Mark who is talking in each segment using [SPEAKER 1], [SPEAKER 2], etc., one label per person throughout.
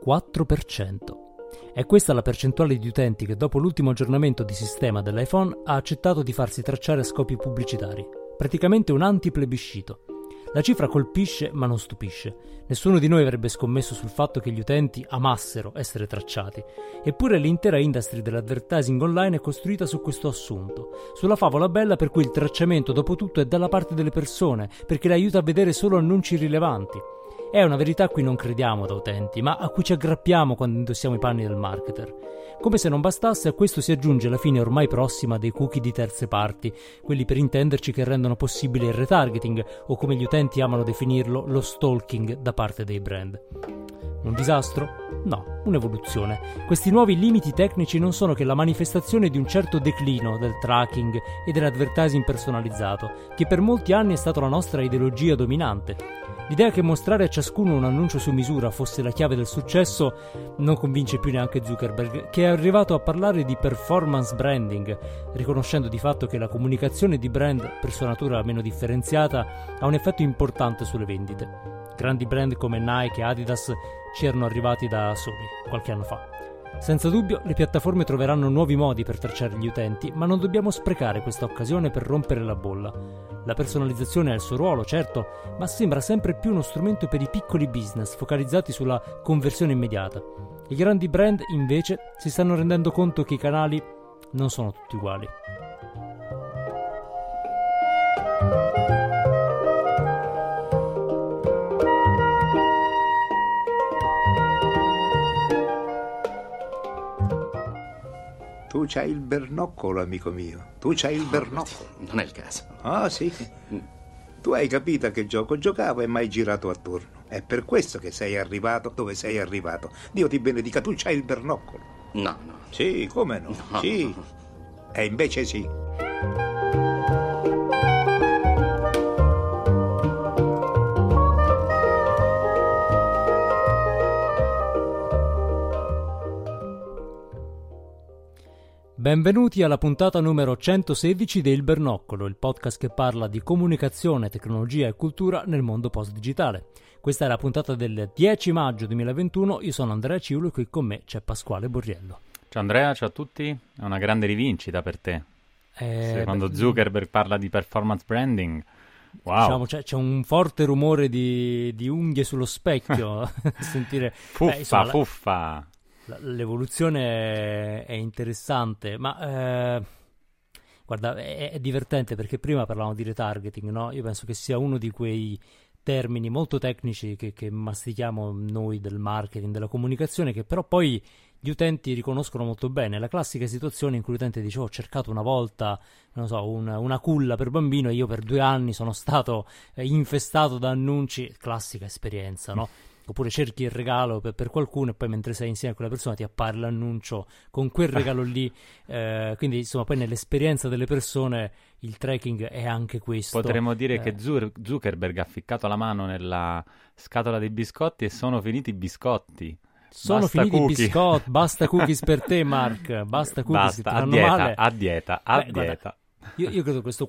[SPEAKER 1] 4%. È questa la percentuale di utenti che dopo l'ultimo aggiornamento di sistema dell'iPhone ha accettato di farsi tracciare a scopi pubblicitari. Praticamente un anti-plebiscito. La cifra colpisce ma non stupisce. Nessuno di noi avrebbe scommesso sul fatto che gli utenti amassero essere tracciati. Eppure l'intera industry dell'advertising online è costruita su questo assunto, sulla favola bella per cui il tracciamento dopo tutto è dalla parte delle persone, perché le aiuta a vedere solo annunci rilevanti. È una verità a cui non crediamo da utenti, ma a cui ci aggrappiamo quando indossiamo i panni del marketer. Come se non bastasse, a questo si aggiunge la fine ormai prossima dei cookie di terze parti, quelli per intenderci che rendono possibile il retargeting, o come gli utenti amano definirlo, lo stalking da parte dei brand. Un disastro? No, un'evoluzione. Questi nuovi limiti tecnici non sono che la manifestazione di un certo declino del tracking e dell'advertising personalizzato, che per molti anni è stata la nostra ideologia dominante. L'idea che mostrare a ciascuno un annuncio su misura fosse la chiave del successo non convince più neanche Zuckerberg, che è arrivato a parlare di performance branding, riconoscendo di fatto che la comunicazione di brand, per sua natura meno differenziata, ha un effetto importante sulle vendite. Grandi brand come Nike e Adidas ci erano arrivati da soli, qualche anno fa. Senza dubbio, le piattaforme troveranno nuovi modi per tracciare gli utenti, ma non dobbiamo sprecare questa occasione per rompere la bolla. La personalizzazione ha il suo ruolo, certo, ma sembra sempre più uno strumento per i piccoli business focalizzati sulla conversione immediata. I grandi brand, invece, si stanno rendendo conto che i canali non sono tutti uguali.
[SPEAKER 2] Tu c'hai il bernoccolo, amico mio. Tu c'hai il bernoccolo.
[SPEAKER 3] Non è il caso.
[SPEAKER 2] Ah, sì. Tu hai capito a che gioco giocavo e mai girato attorno. È per questo che sei arrivato dove sei arrivato. Dio ti benedica, tu c'hai il bernoccolo.
[SPEAKER 3] No.
[SPEAKER 2] Sì, come no?
[SPEAKER 3] No.
[SPEAKER 2] Sì. E invece sì.
[SPEAKER 1] Benvenuti alla puntata numero 116 del Bernoccolo, il podcast che parla di comunicazione, tecnologia e cultura nel mondo post-digitale. Questa è la puntata del 10 maggio 2021, io sono Andrea Ciulo e qui con me c'è Pasquale Borriello.
[SPEAKER 4] Ciao Andrea, ciao a tutti, è una grande rivincita per te. Quando Zuckerberg parla di performance branding, wow.
[SPEAKER 1] Diciamo, c'è un forte rumore di unghie sullo specchio, sentire...
[SPEAKER 4] Fuffa.
[SPEAKER 1] L'evoluzione è interessante, ma guarda, è divertente perché prima parlavamo di retargeting, no? Io penso che sia uno di quei termini molto tecnici che mastichiamo noi del marketing, della comunicazione, che però poi gli utenti riconoscono molto bene. La classica situazione in cui l'utente dice: ho cercato una volta, non so, una culla per bambino e io per 2 anni sono stato infestato da annunci, classica esperienza, no? Oppure cerchi il regalo per qualcuno e poi mentre sei insieme a quella persona ti appare l'annuncio con quel regalo lì, quindi insomma poi nell'esperienza delle persone il tracking è anche questo.
[SPEAKER 4] Potremmo dire che Zuckerberg ha ficcato la mano nella scatola dei biscotti e sono finiti i biscotti.
[SPEAKER 1] Sono
[SPEAKER 4] basta
[SPEAKER 1] finiti
[SPEAKER 4] cookie.
[SPEAKER 1] I biscotti, basta cookies per te Mark, basta cookies,
[SPEAKER 4] basta,
[SPEAKER 1] ti fanno male.
[SPEAKER 4] a dieta.
[SPEAKER 1] Guarda, io credo che questo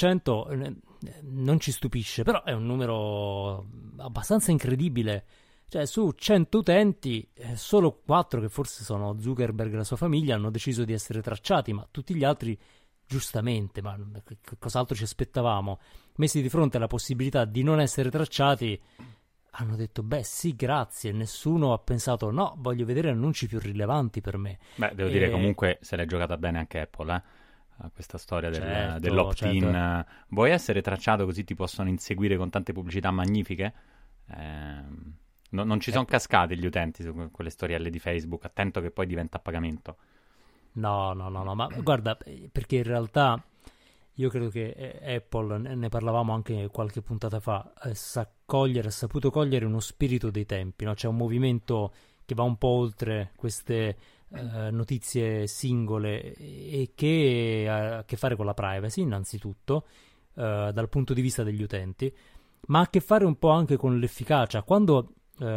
[SPEAKER 1] 4% non ci stupisce, però è un numero abbastanza incredibile. Cioè, su 100 utenti, solo 4, che forse sono Zuckerberg e la sua famiglia, hanno deciso di essere tracciati, ma tutti gli altri, giustamente, ma cos'altro ci aspettavamo? Messi di fronte alla possibilità di non essere tracciati, hanno detto, beh sì, grazie, nessuno ha pensato, no, voglio vedere annunci più rilevanti per me.
[SPEAKER 4] Beh, devo dire comunque se l'è giocata bene anche Apple, questa storia dell'opt-in. Certo. Vuoi essere tracciato così ti possono inseguire con tante pubblicità magnifiche? Non ci sono cascati gli utenti su quelle storielle di Facebook, attento che poi diventa a pagamento. No,
[SPEAKER 1] ma guarda, perché in realtà io credo che Apple, ne parlavamo anche qualche puntata fa, ha saputo cogliere uno spirito dei tempi, no? C'è un movimento che va un po' oltre queste notizie singole e che ha a che fare con la privacy innanzitutto, dal punto di vista degli utenti, ma ha a che fare un po' anche con l'efficacia. Quando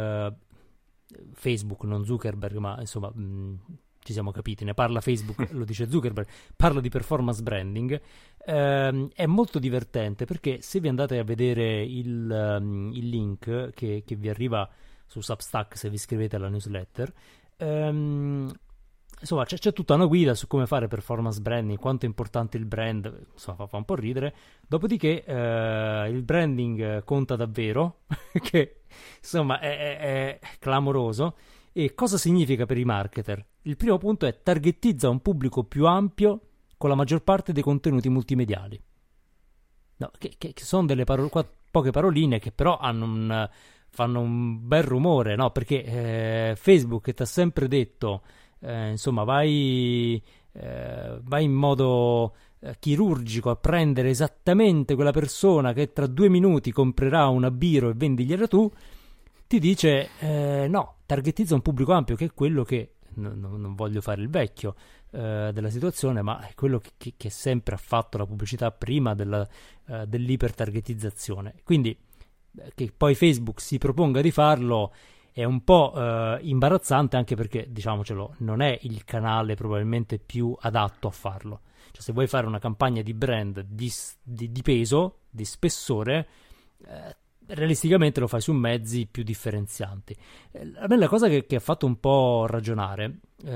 [SPEAKER 1] Facebook, non Zuckerberg, ma insomma ci siamo capiti, ne parla Facebook, lo dice Zuckerberg, parla di performance branding, è molto divertente perché se vi andate a vedere il link che vi arriva su Substack se vi iscrivete alla newsletter. Insomma, c'è tutta una guida su come fare performance branding, quanto è importante il brand, insomma, fa un po' ridere. Dopodiché il branding conta davvero, che insomma è clamoroso. E cosa significa per i marketer? Il primo punto è: targetizza un pubblico più ampio con la maggior parte dei contenuti multimediali. No, che sono delle poche paroline che però fanno un bel rumore, no? Perché Facebook ti ha sempre detto, insomma, vai in modo chirurgico a prendere esattamente quella persona che tra 2 minuti comprerà una birra e vendigliela tu. Ti dice no, targetizza un pubblico ampio, che è quello che non voglio fare il vecchio della situazione, ma è quello che sempre ha fatto la pubblicità prima dell'ipertargetizzazione. Quindi che poi Facebook si proponga di farlo è un po' imbarazzante, anche perché, diciamocelo, non è il canale probabilmente più adatto a farlo. Cioè, se vuoi fare una campagna di brand di peso, di spessore, realisticamente lo fai su mezzi più differenzianti. A me la cosa che ha fatto un po' ragionare,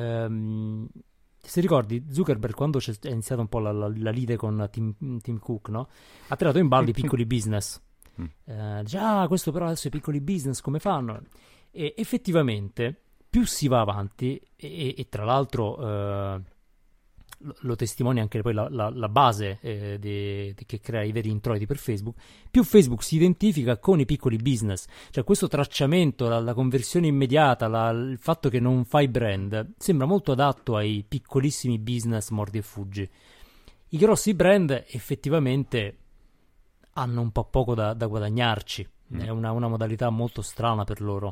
[SPEAKER 1] se ricordi, Zuckerberg, quando è iniziata un po' la lite con Tim Cook, no? Ha tirato in ballo i piccoli business. Dice, questo però adesso i piccoli business come fanno? E effettivamente più si va avanti, e tra l'altro lo testimonia anche poi la base che crea i veri introiti per Facebook, più Facebook si identifica con i piccoli business. Cioè questo tracciamento, la conversione immediata, il fatto che non fai brand, sembra molto adatto ai piccolissimi business mordi e fuggi. I grossi brand effettivamente hanno un po' poco da guadagnarci. È una modalità molto strana per loro,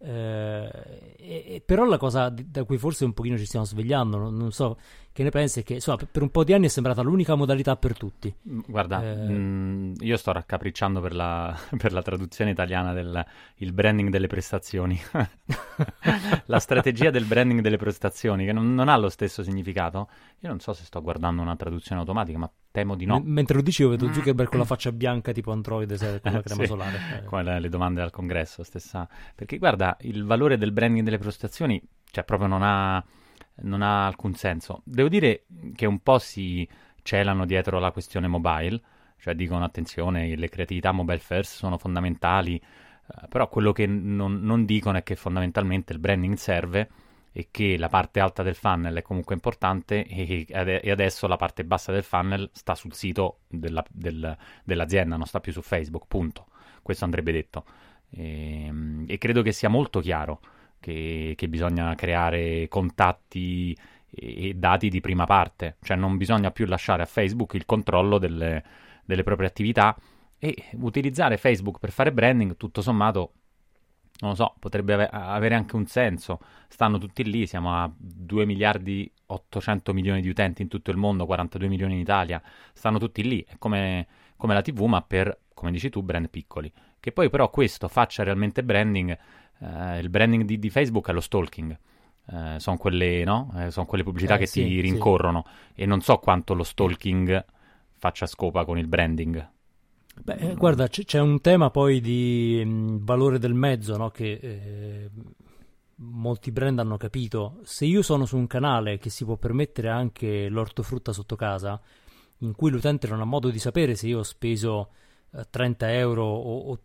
[SPEAKER 1] però la cosa da cui forse un pochino ci stiamo svegliando, non so che ne pensi, è che insomma per un po' di anni è sembrata l'unica modalità per tutti.
[SPEAKER 4] Guarda, io sto raccapricciando per la traduzione italiana il branding delle prestazioni. La strategia del branding delle prestazioni, che non ha lo stesso significato. Io non so se sto guardando una traduzione automatica, ma temo di no.
[SPEAKER 1] Mentre lo dicevo, vedo Zuckerberg con la faccia bianca tipo Android con la crema solare.
[SPEAKER 4] Come le domande al congresso, stessa. Perché guarda, il valore del branding delle prestazioni, cioè proprio non ha alcun senso. Devo dire che un po' si celano dietro la questione mobile, cioè dicono attenzione, le creatività mobile first sono fondamentali, però quello che non dicono è che fondamentalmente il branding serve e che la parte alta del funnel è comunque importante e adesso la parte bassa del funnel sta sul sito dell'azienda, non sta più su Facebook, punto. Questo andrebbe detto. E credo che sia molto chiaro che bisogna creare contatti e dati di prima parte, cioè non bisogna più lasciare a Facebook il controllo delle proprie attività, e utilizzare Facebook per fare branding, tutto sommato, non lo so, potrebbe avere anche un senso. Stanno tutti lì, siamo a 2 miliardi 800 milioni di utenti in tutto il mondo, 42 milioni in Italia, stanno tutti lì, è come la TV, ma per, come dici tu, brand piccoli. Che poi però questo faccia realmente branding, il branding di Facebook è lo stalking. Sono quelle, no? Sono quelle pubblicità che ti rincorrono, e non so quanto lo stalking faccia scopa con il branding.
[SPEAKER 1] Beh, guarda, c'è un tema poi di valore del mezzo, no? Che molti brand hanno capito. Se io sono su un canale che si può permettere anche l'ortofrutta sotto casa, in cui l'utente non ha modo di sapere se io ho speso 30 euro o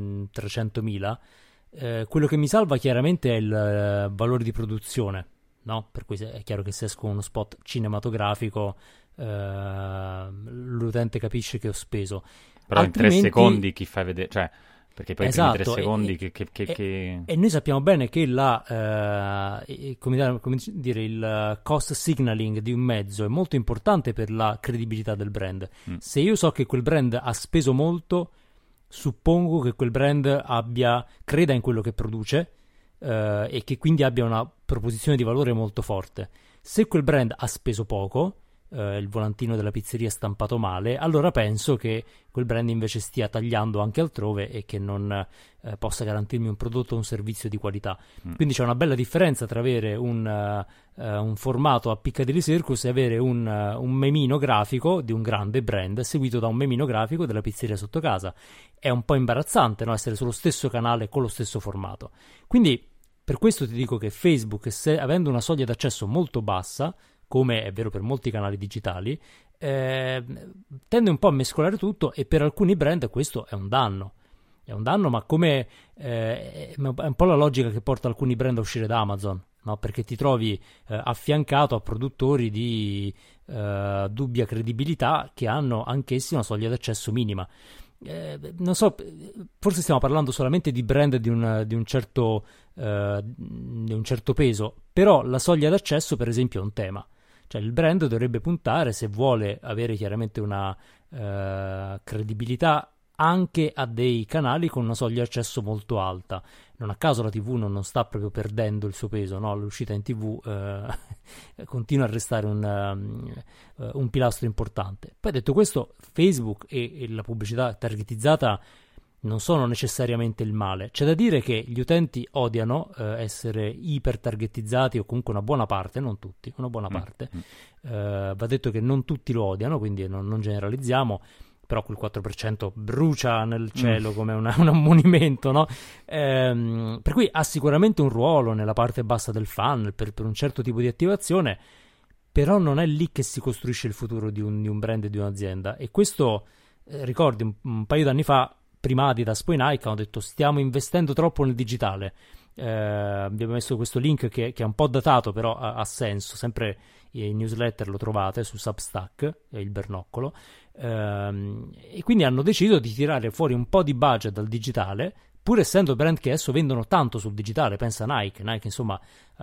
[SPEAKER 1] 300.000, quello che mi salva chiaramente è il valore di produzione, no? Per cui è chiaro che se esco uno spot cinematografico l'utente capisce che ho speso.
[SPEAKER 4] Però altrimenti, in 3 secondi chi fai vedere, cioè, perché poi
[SPEAKER 1] esatto,
[SPEAKER 4] i primi 3 secondi
[SPEAKER 1] e noi sappiamo bene che come dire, il cost signaling di un mezzo è molto importante per la credibilità del brand. Se io so che quel brand ha speso molto, suppongo che quel brand creda in quello che produce e che quindi abbia una proposizione di valore molto forte. Se quel brand ha speso poco, il volantino della pizzeria è stampato male, allora penso che quel brand invece stia tagliando anche altrove e che non possa garantirmi un prodotto o un servizio di qualità. Quindi c'è una bella differenza tra avere un formato a Piccadilly Circus e avere un memino grafico di un grande brand seguito da un memino grafico della pizzeria sotto casa. È un po' imbarazzante, no? Essere sullo stesso canale con lo stesso formato. Quindi per questo ti dico che Facebook, avendo una soglia d'accesso molto bassa, come è vero per molti canali digitali, tende un po' a mescolare tutto, e per alcuni brand questo è un danno. È un danno, ma come è un po' la logica che porta alcuni brand a uscire da Amazon, no? Perché ti trovi affiancato a produttori di dubbia credibilità che hanno anch'essi una soglia d'accesso minima. Non so, forse stiamo parlando solamente di brand di un certo peso, però la soglia d'accesso, per esempio, è un tema. Cioè il brand dovrebbe puntare, se vuole avere chiaramente una credibilità, anche a dei canali con una soglia d'accesso molto alta. Non a caso la TV non sta proprio perdendo il suo peso, no? L'uscita in TV continua a restare un pilastro importante. Poi, detto questo, Facebook e la pubblicità targetizzata non sono necessariamente il male. C'è da dire che gli utenti odiano essere iper targetizzati, o comunque una buona parte, non tutti, una buona parte. Va detto che non tutti lo odiano, quindi non generalizziamo, però quel 4% brucia nel cielo come un ammonimento, no? Per cui ha sicuramente un ruolo nella parte bassa del funnel per un certo tipo di attivazione, però non è lì che si costruisce il futuro di un brand e di un'azienda. E questo, ricordi, un paio d'anni fa, prima Adidas, poi Nike hanno detto stiamo investendo troppo nel digitale. Abbiamo messo questo link che è un po' datato, però ha senso. Sempre in newsletter lo trovate su Substack, il Bernoccolo. E quindi hanno deciso di tirare fuori un po' di budget dal digitale, pur essendo brand che adesso vendono tanto sul digitale. Pensa Nike, insomma,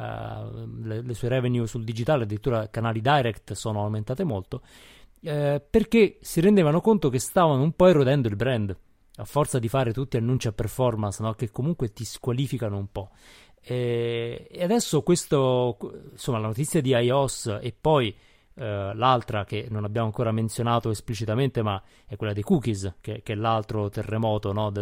[SPEAKER 1] le sue revenue sul digitale, addirittura canali direct, sono aumentate molto, perché si rendevano conto che stavano un po' erodendo il brand a forza di fare tutti annunci a performance, no? Che comunque ti squalificano un po'. E adesso questo, insomma, la notizia di iOS, e poi l'altra che non abbiamo ancora menzionato esplicitamente, ma è quella dei cookies, che è l'altro terremoto, no?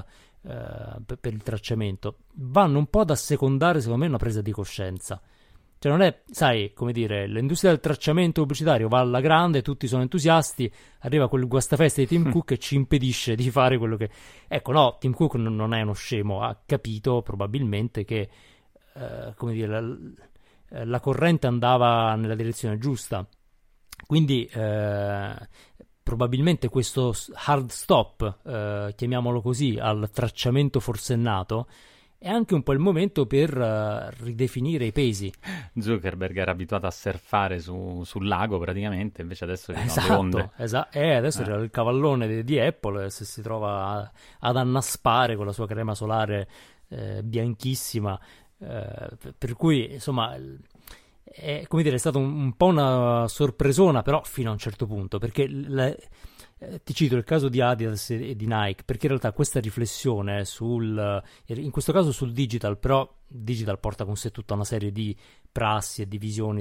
[SPEAKER 1] Per il tracciamento, vanno un po' ad assecondare, secondo me, una presa di coscienza. Cioè non è, sai, come dire, l'industria del tracciamento pubblicitario va alla grande, tutti sono entusiasti, arriva quel guastafeste di Tim Cook e ci impedisce di fare quello che... Ecco, no, Tim Cook non è uno scemo, ha capito probabilmente che, come dire, la corrente andava nella direzione giusta. Quindi probabilmente questo hard stop, chiamiamolo così, al tracciamento forsennato, è anche un po' il momento per ridefinire i pesi.
[SPEAKER 4] Zuckerberg era abituato a surfare sul lago praticamente, invece adesso ci sono le onde.
[SPEAKER 1] Adesso c'è il cavallone di Apple, se si trova ad annaspare con la sua crema solare bianchissima, per cui insomma è, come dire, è stato un po' una sorpresona, però fino a un certo punto, perché ti cito il caso di Adidas e di Nike, perché in realtà questa riflessione in questo caso sul digital, però digital porta con sé tutta una serie di prassi e di visioni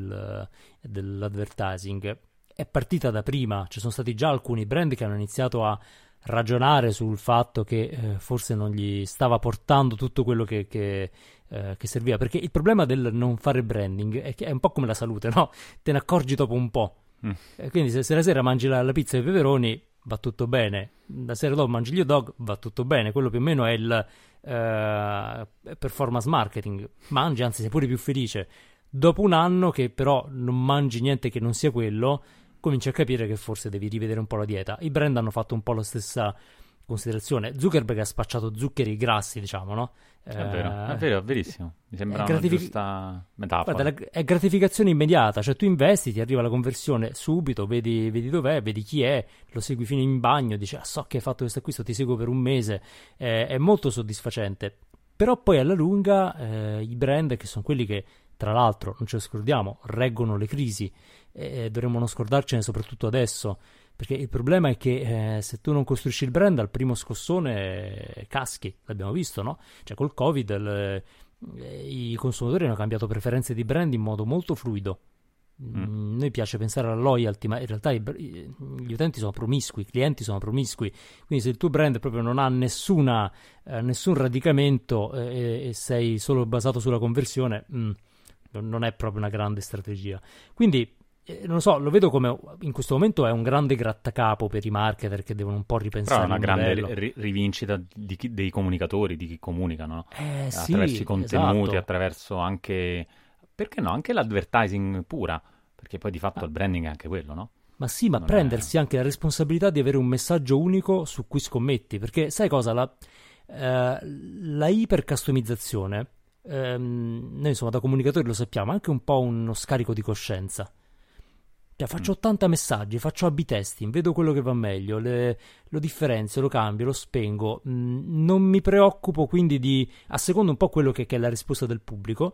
[SPEAKER 1] dell'advertising, è partita da prima. Ci sono stati già alcuni brand che hanno iniziato a ragionare sul fatto che forse non gli stava portando tutto quello che serviva, perché il problema del non fare branding è che è un po' come la salute, no? Te ne accorgi dopo un po'. Quindi se la sera mangi la pizza e i peperoni va tutto bene, la sera dopo mangi gli hot dog va tutto bene. Quello più o meno è il performance marketing. Mangi, anzi sei pure più felice. Dopo un anno che però non mangi niente che non sia quello, cominci a capire che forse devi rivedere un po' la dieta. I brand hanno fatto un po' la stessa considerazione. Zuckerberg ha spacciato zuccheri grassi, diciamo, no?
[SPEAKER 4] È vero, è verissimo. Mi sembra una giusta metafora.
[SPEAKER 1] Guarda, è gratificazione immediata, cioè tu investi, ti arriva la conversione subito, vedi dov'è, vedi chi è, lo segui fino in bagno, dici so che hai fatto questo acquisto, ti seguo per un mese, è molto soddisfacente. Però poi alla lunga i brand, che sono quelli che tra l'altro, non ce lo scordiamo, reggono le crisi, dovremmo non scordarcene soprattutto adesso, perché il problema è che se tu non costruisci il brand al primo scossone caschi, l'abbiamo visto, no? Cioè col Covid i consumatori hanno cambiato preferenze di brand in modo molto fluido, Noi piace pensare alla loyalty, ma in realtà gli utenti sono promiscui, i clienti sono promiscui, quindi se il tuo brand proprio non ha nessun radicamento e sei solo basato sulla conversione, non è proprio una grande strategia. Quindi non lo so, lo vedo come in questo momento è un grande grattacapo per i marketer che devono un po' ripensare.
[SPEAKER 4] Però è una grande
[SPEAKER 1] modello.
[SPEAKER 4] rivincita dei comunicatori, di chi comunica, no?
[SPEAKER 1] Sì,
[SPEAKER 4] Attraverso i contenuti,
[SPEAKER 1] esatto.
[SPEAKER 4] attraverso anche, perché no, anche l'advertising pura, perché poi di fatto il branding è anche quello, no?
[SPEAKER 1] Ma sì, ma
[SPEAKER 4] Non è...
[SPEAKER 1] prendersi anche la responsabilità di avere un messaggio unico su cui scommetti, perché sai cosa? La ipercustomizzazione, noi insomma da comunicatori lo sappiamo, è anche un po' uno scarico di coscienza. Cioè, faccio 80 messaggi, faccio A/B testing, vedo quello che va meglio, lo differenzio, lo cambio, lo spengo. Non mi preoccupo quindi a secondo un po' quello che è la risposta del pubblico.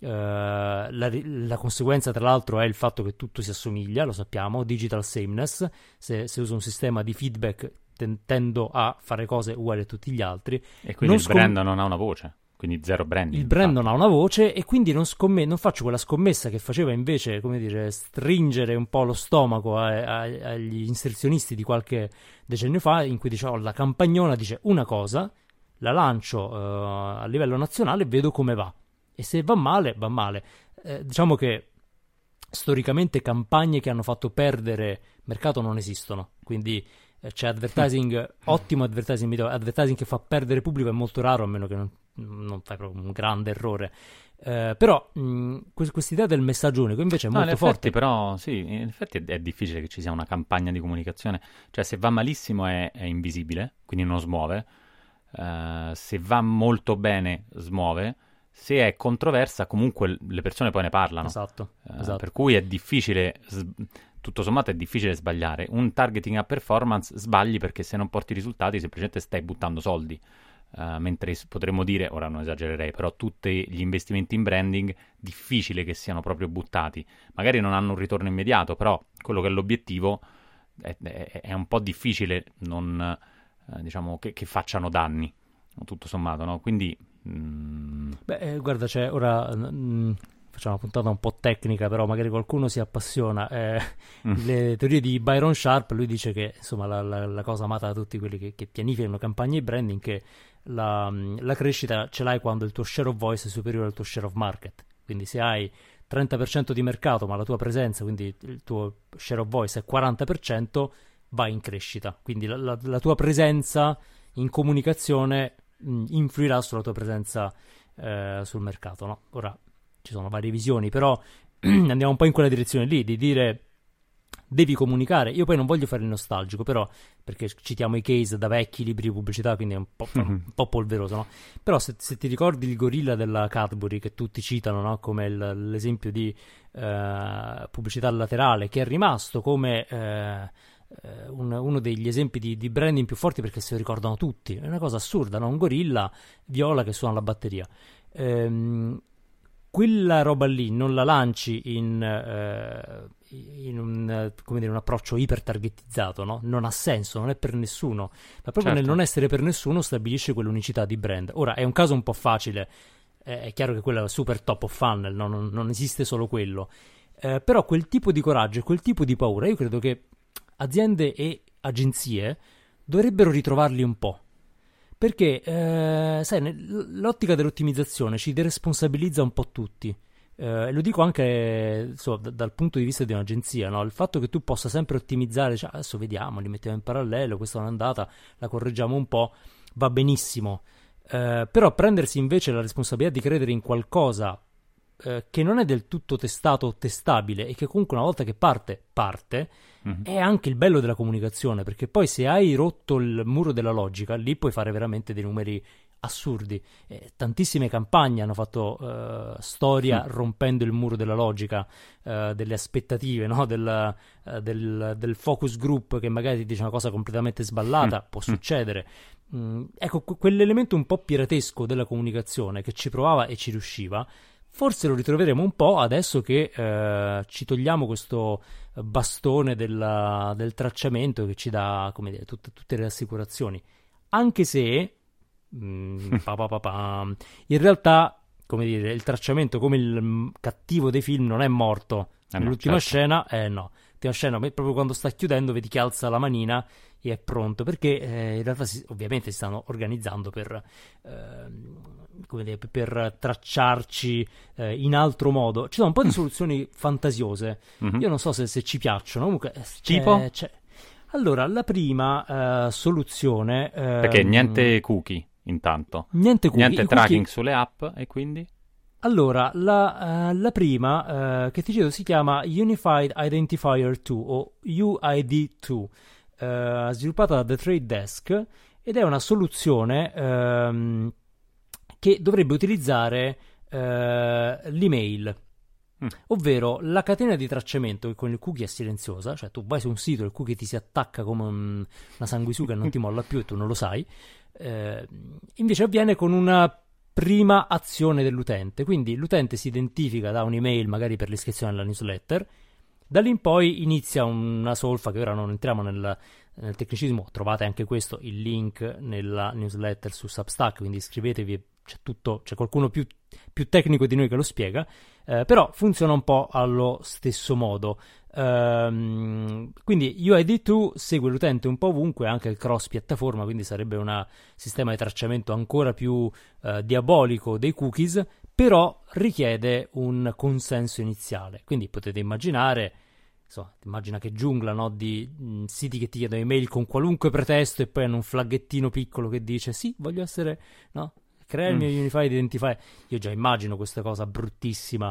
[SPEAKER 1] La conseguenza, tra l'altro, è il fatto che tutto si assomiglia, lo sappiamo, digital sameness. Se uso un sistema di feedback, tendo a fare cose uguali a tutti gli altri.
[SPEAKER 4] E quindi il brand non ha una voce. Quindi zero branding.
[SPEAKER 1] Il brand non ha una voce e quindi non faccio quella scommessa che faceva invece, come dire, stringere un po' lo stomaco agli inserzionisti di qualche decennio fa, in cui dicevo la campagnona dice una cosa, la lancio a livello nazionale e vedo come va. E se va male, va male. Diciamo che storicamente campagne che hanno fatto perdere mercato non esistono, quindi c'è advertising, ottimo advertising che fa perdere pubblico è molto raro, a meno che non fai proprio un grande errore. Però quest'idea del messaggio unico invece è molto forte.
[SPEAKER 4] Però sì, in effetti è difficile che ci sia una campagna di comunicazione, cioè se va malissimo è invisibile, quindi non smuove, se va molto bene smuove, se è controversa comunque le persone poi ne parlano.
[SPEAKER 1] Esatto.
[SPEAKER 4] Per cui è difficile, tutto sommato è difficile sbagliare. Un targeting a performance sbagli perché se non porti risultati semplicemente stai buttando soldi. Mentre potremmo dire, ora non esagererei, però tutti gli investimenti in branding difficile che siano proprio buttati, magari non hanno un ritorno immediato, però quello che è l'obiettivo è un po' difficile diciamo che facciano danni, tutto sommato, no? Quindi
[SPEAKER 1] guarda, c'è ora facciamo una puntata un po' tecnica, però magari qualcuno si appassiona. Le teorie di Byron Sharp, lui dice che insomma la cosa amata da tutti quelli che pianificano campagne di branding, che la crescita ce l'hai quando il tuo share of voice è superiore al tuo share of market. Quindi se hai 30% di mercato ma la tua presenza, quindi il tuo share of voice è 40%, vai in crescita. Quindi la tua presenza in comunicazione influirà sulla tua presenza sul mercato, no? Ora ci sono varie visioni, però andiamo un po' in quella direzione lì, di dire devi comunicare. Io poi non voglio fare il nostalgico, però, perché citiamo i case da vecchi libri di pubblicità, quindi è un po' polveroso, no? Però se ti ricordi il gorilla della Cadbury, che tutti citano, no? Come l'esempio di pubblicità laterale, che è rimasto come uno degli esempi di branding più forti perché se lo ricordano tutti. È una cosa assurda, no? Un gorilla viola che suona la batteria. Quella roba lì non la lanci in un, come dire, un approccio iper targetizzato, no? Non ha senso, non è per nessuno, ma proprio nel non essere per nessuno stabilisce quell'unicità di brand. Ora è un caso un po' facile, è chiaro che quello è super top of funnel, no? Non esiste solo quello, però quel tipo di coraggio e quel tipo di paura io credo che aziende e agenzie dovrebbero ritrovarli un po'. Perché, sai, l'ottica dell'ottimizzazione ci deresponsabilizza un po' tutti. Lo dico anche dal punto di vista di un'agenzia, no? Il fatto che tu possa sempre ottimizzare, cioè, adesso vediamo, li mettiamo in parallelo, questa è un'andata, la correggiamo un po', va benissimo. Però prendersi invece la responsabilità di credere in qualcosa che non è del tutto testato o testabile e che comunque una volta che parte, è anche il bello della comunicazione, perché poi se hai rotto il muro della logica, lì puoi fare veramente dei numeri assurdi. Tantissime campagne hanno fatto storia rompendo il muro della logica, delle aspettative, no? del focus group che magari ti dice una cosa completamente sballata, può succedere. Ecco, quell'elemento un po' piratesco della comunicazione che ci provava e ci riusciva, forse lo ritroveremo un po' adesso che ci togliamo questo bastone del tracciamento che ci dà, come dire, tutte le assicurazioni. Anche se in realtà come dire, il tracciamento come il cattivo dei film non è morto. Nell'ultima scena, no. L'ultima scena, proprio quando sta chiudendo, vedi che alza la manina e è pronto, perché in realtà ovviamente si stanno organizzando per tracciarci in altro modo. Ci sono un po' di soluzioni fantasiose. Io non so se ci piacciono. Comunque,
[SPEAKER 4] tipo?
[SPEAKER 1] Allora, la prima soluzione...
[SPEAKER 4] perché niente cookie, intanto.
[SPEAKER 1] Niente
[SPEAKER 4] tracking sulle app, e quindi...
[SPEAKER 1] Allora, la prima che ti chiedo si chiama Unified Identifier 2 o UID2, sviluppata da The Trade Desk, ed è una soluzione che dovrebbe utilizzare l'email, ovvero la catena di tracciamento che con il cookie è silenziosa, cioè tu vai su un sito e il cookie ti si attacca come una sanguisuga e non ti molla più e tu non lo sai, invece avviene con una prima azione dell'utente, quindi l'utente si identifica da un'email magari per l'iscrizione alla newsletter, da lì in poi inizia una solfa che ora non entriamo nel tecnicismo, trovate anche questo, il link nella newsletter su Substack, quindi iscrivetevi, c'è qualcuno più tecnico di noi che lo spiega, però funziona un po' allo stesso modo. Quindi UID2 segue l'utente un po' ovunque, anche il cross piattaforma, quindi sarebbe un sistema di tracciamento ancora più diabolico dei cookies, però richiede un consenso iniziale. Quindi potete immaginare, immagina che giungla, no, di siti che ti chiedono email con qualunque pretesto e poi hanno un flaggettino piccolo che dice sì, voglio essere, no, crea il mio Unified Identifier. Io già immagino questa cosa bruttissima.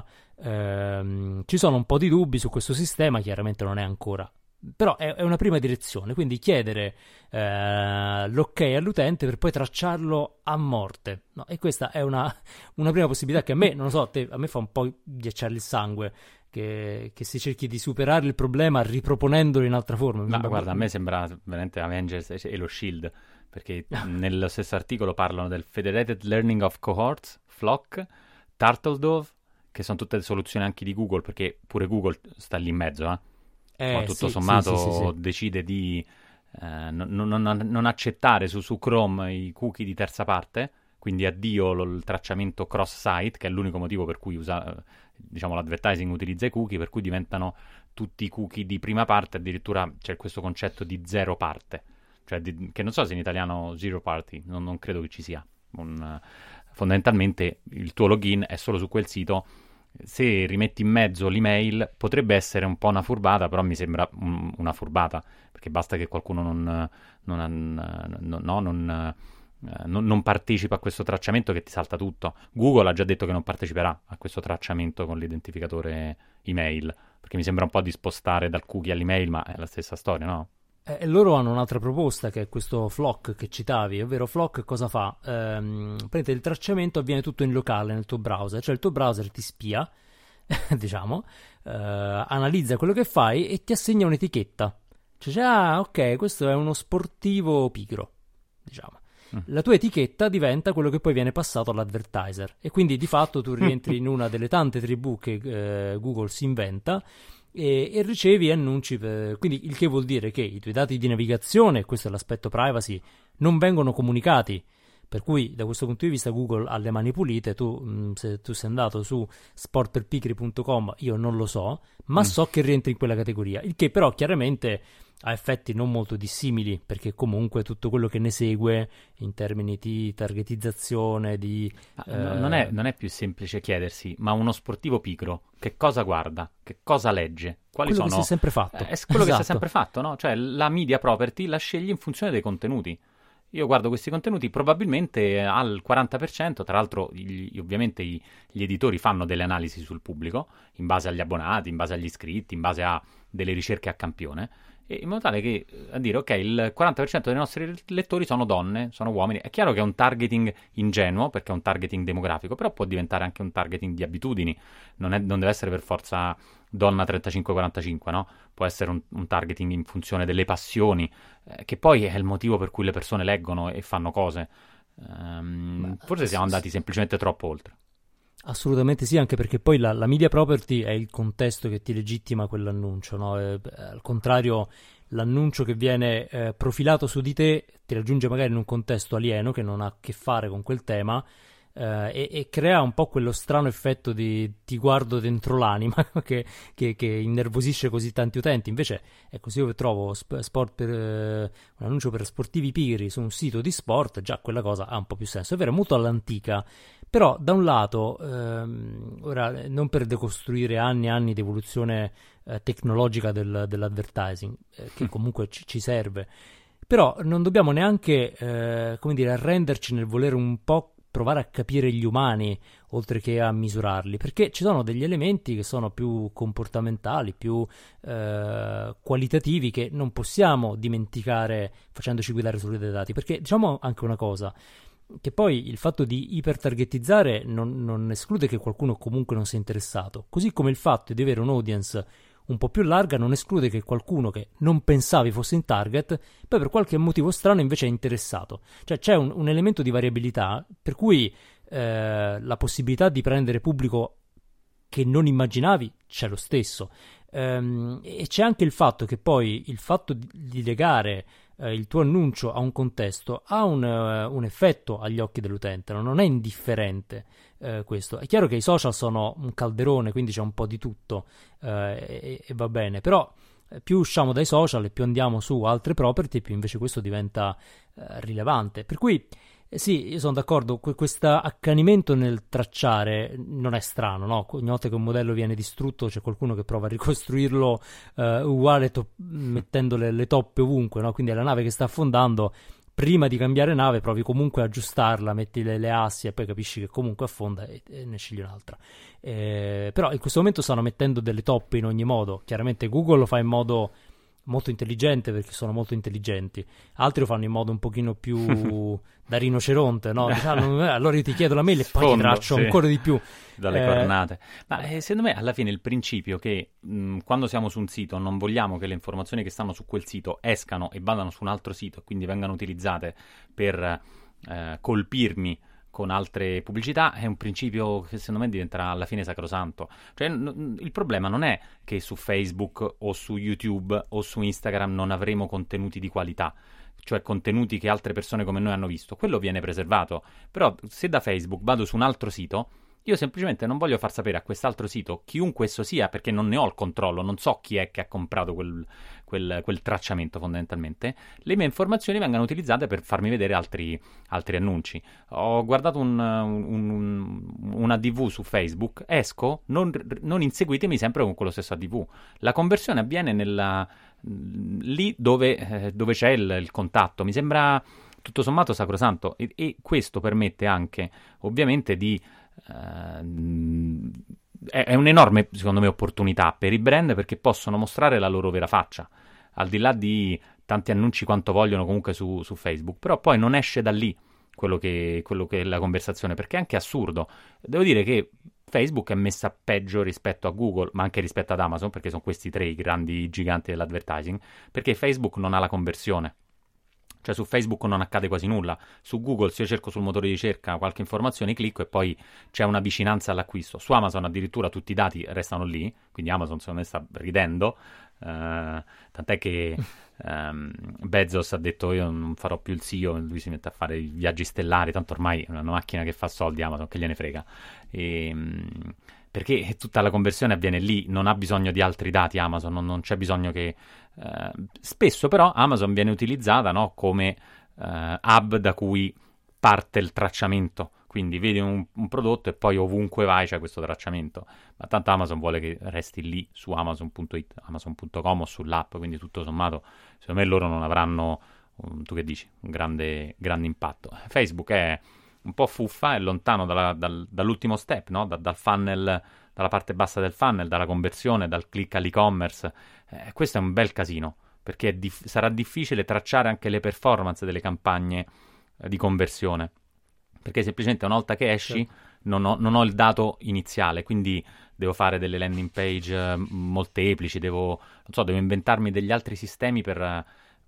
[SPEAKER 1] Ci sono un po' di dubbi su questo sistema, chiaramente non è ancora, però è una prima direzione, quindi chiedere l'ok all'utente per poi tracciarlo a morte, no? E questa è una prima possibilità che a me, non lo so, a me fa un po' ghiacciare il sangue che si cerchi di superare il problema riproponendolo in altra forma.
[SPEAKER 4] No, guarda, a me sembra veramente Avengers e lo Shield, perché nello stesso articolo parlano del Federated Learning of Cohorts, FLoC, Turtledove, che sono tutte soluzioni anche di Google, perché pure Google sta lì in mezzo, tutto sommato sì. Decide di non accettare su Chrome i cookie di terza parte, quindi addio il tracciamento cross-site, che è l'unico motivo per cui l'advertising utilizza i cookie, per cui diventano tutti i cookie di prima parte, addirittura c'è questo concetto di zero parte, cioè che non so se in italiano zero party, non credo che ci sia. Fondamentalmente il tuo login è solo su quel sito. Se rimetti in mezzo l'email potrebbe essere un po' una furbata, però mi sembra una furbata, perché basta che qualcuno non partecipa a questo tracciamento che ti salta tutto. Google ha già detto che non parteciperà a questo tracciamento con l'identificatore email, perché mi sembra un po' di spostare dal cookie all'email, ma è la stessa storia, no?
[SPEAKER 1] E loro hanno un'altra proposta, che è questo FLoC che citavi, ovvero FLoC cosa fa? Prende il tracciamento, avviene tutto in locale nel tuo browser, cioè il tuo browser ti spia, diciamo, analizza quello che fai e ti assegna un'etichetta. Cioè, ok, questo è uno sportivo pigro, diciamo. La tua etichetta diventa quello che poi viene passato all'advertiser, e quindi di fatto tu rientri in una delle tante tribù che Google si inventa e ricevi annunci, quindi il che vuol dire che i tuoi dati di navigazione, questo è l'aspetto privacy, non vengono comunicati, per cui da questo punto di vista Google ha le mani pulite. Se tu sei andato su sportperpigri.com, io non lo so, ma so che rientri in quella categoria, il che però chiaramente ha effetti non molto dissimili, perché comunque tutto quello che ne segue in termini di targetizzazione
[SPEAKER 4] non è più semplice chiedersi, ma uno sportivo pigro che cosa guarda, che cosa legge, quali
[SPEAKER 1] quello
[SPEAKER 4] sono...
[SPEAKER 1] che si è sempre fatto,
[SPEAKER 4] è quello che si è sempre fatto, no? Cioè la media property la scegli in funzione dei contenuti. Io guardo questi contenuti probabilmente al 40%, tra l'altro ovviamente gli editori fanno delle analisi sul pubblico, in base agli abbonati, in base agli iscritti, in base a delle ricerche a campione, e in modo tale che a dire ok, il 40% dei nostri lettori sono donne, sono uomini. È chiaro che è un targeting ingenuo, perché è un targeting demografico, però può diventare anche un targeting di abitudini, non deve essere per forza donna 35-45, no? Può essere un targeting in funzione delle passioni, che poi è il motivo per cui le persone leggono e fanno cose. Forse siamo andati semplicemente troppo oltre.
[SPEAKER 1] Assolutamente sì, anche perché poi la media property è il contesto che ti legittima quell'annuncio, no? Al contrario, l'annuncio che viene profilato su di te ti raggiunge magari in un contesto alieno che non ha a che fare con quel tema, e crea un po' quello strano effetto di ti guardo dentro l'anima che innervosisce così tanti utenti. Invece, ecco, se io trovo sport un annuncio per sportivi pigri su un sito di sport, già quella cosa ha un po' più senso. È vero, è molto all'antica, però da un lato, ora non per decostruire anni e anni di evoluzione tecnologica dell'advertising, che comunque ci serve, però non dobbiamo neanche, come dire, arrenderci nel volere un po' provare a capire gli umani oltre che a misurarli, perché ci sono degli elementi che sono più comportamentali, più qualitativi, che non possiamo dimenticare facendoci guidare solo dai dati. Perché diciamo anche una cosa, che poi il fatto di ipertargetizzare non esclude che qualcuno comunque non sia interessato, così come il fatto di avere un audience un po' più larga non esclude che qualcuno che non pensavi fosse in target poi per qualche motivo strano invece è interessato. Cioè c'è un elemento di variabilità per cui la possibilità di prendere pubblico che non immaginavi c'è lo stesso, e c'è anche il fatto che poi il fatto di legare il tuo annuncio a un contesto ha un effetto agli occhi dell'utente, no? Non è indifferente questo. È chiaro che i social sono un calderone, quindi c'è un po' di tutto, e va bene, però più usciamo dai social e più andiamo su altre property, più invece questo diventa rilevante. Per cui sì, io sono d'accordo, questo accanimento nel tracciare non è strano, no? Ogni volta che un modello viene distrutto c'è qualcuno che prova a ricostruirlo uguale, mettendo le toppe ovunque, no? Quindi è la nave che sta affondando, prima di cambiare nave provi comunque a aggiustarla, metti le assi e poi capisci che comunque affonda e ne scegli un'altra. Però in questo momento stanno mettendo delle toppe in ogni modo. Chiaramente Google lo fa in modo molto intelligente perché sono molto intelligenti, altri lo fanno in modo un pochino più da rinoceronte, no? Allora io ti chiedo la mail e poi ti traccio ancora di più
[SPEAKER 4] dalle cornate. Ma secondo me alla fine il principio che quando siamo su un sito non vogliamo che le informazioni che stanno su quel sito escano e vadano su un altro sito e quindi vengano utilizzate per colpirmi con altre pubblicità, è un principio che secondo me diventerà alla fine sacrosanto. Cioè, il problema non è che su Facebook o su YouTube o su Instagram non avremo contenuti di qualità, cioè contenuti che altre persone come noi hanno visto. Quello viene preservato. Però se da Facebook vado su un altro sito, io semplicemente non voglio far sapere a quest'altro sito, chiunque esso sia, perché non ne ho il controllo, non so chi è che ha comprato quel tracciamento fondamentalmente. Le mie informazioni vengono utilizzate per farmi vedere altri annunci. Ho guardato una DV su Facebook, esco, non inseguitemi sempre con quello stesso ADV. La conversione avviene lì dove c'è il contatto. Mi sembra tutto sommato sacrosanto e questo permette anche ovviamente di è un'enorme, secondo me, opportunità per i brand, perché possono mostrare la loro vera faccia, al di là di tanti annunci quanto vogliono comunque su Facebook, però poi non esce da lì quello che è la conversazione, perché è anche assurdo. Devo dire che Facebook è messa peggio rispetto a Google, ma anche rispetto ad Amazon, perché sono questi tre i grandi giganti dell'advertising, perché Facebook non ha la conversione. Cioè su Facebook non accade quasi nulla. Su Google, se io cerco sul motore di ricerca qualche informazione, clicco e poi c'è una vicinanza all'acquisto. Su Amazon addirittura tutti i dati restano lì, quindi Amazon secondo me sta ridendo, tant'è che Bezos ha detto io non farò più il CEO, lui si mette a fare i viaggi stellari, tanto ormai è una macchina che fa soldi Amazon, che gliene frega. Perché tutta la conversione avviene lì, non ha bisogno di altri dati Amazon, non c'è bisogno che... spesso però Amazon viene utilizzata, no, come hub da cui parte il tracciamento, quindi vedi un prodotto e poi ovunque vai c'è questo tracciamento, ma tanto Amazon vuole che resti lì su Amazon.it, Amazon.com o sull'app, quindi tutto sommato secondo me loro non avranno, tu che dici, un grande impatto. Facebook è un po' fuffa, è lontano dall'ultimo step, no? Dal funnel, dalla parte bassa del funnel, dalla conversione, dal click all'e-commerce. Questo è un bel casino, perché sarà difficile tracciare anche le performance delle campagne di conversione, perché semplicemente una volta che esci non ho il dato iniziale, quindi devo fare delle landing page molteplici, devo inventarmi degli altri sistemi per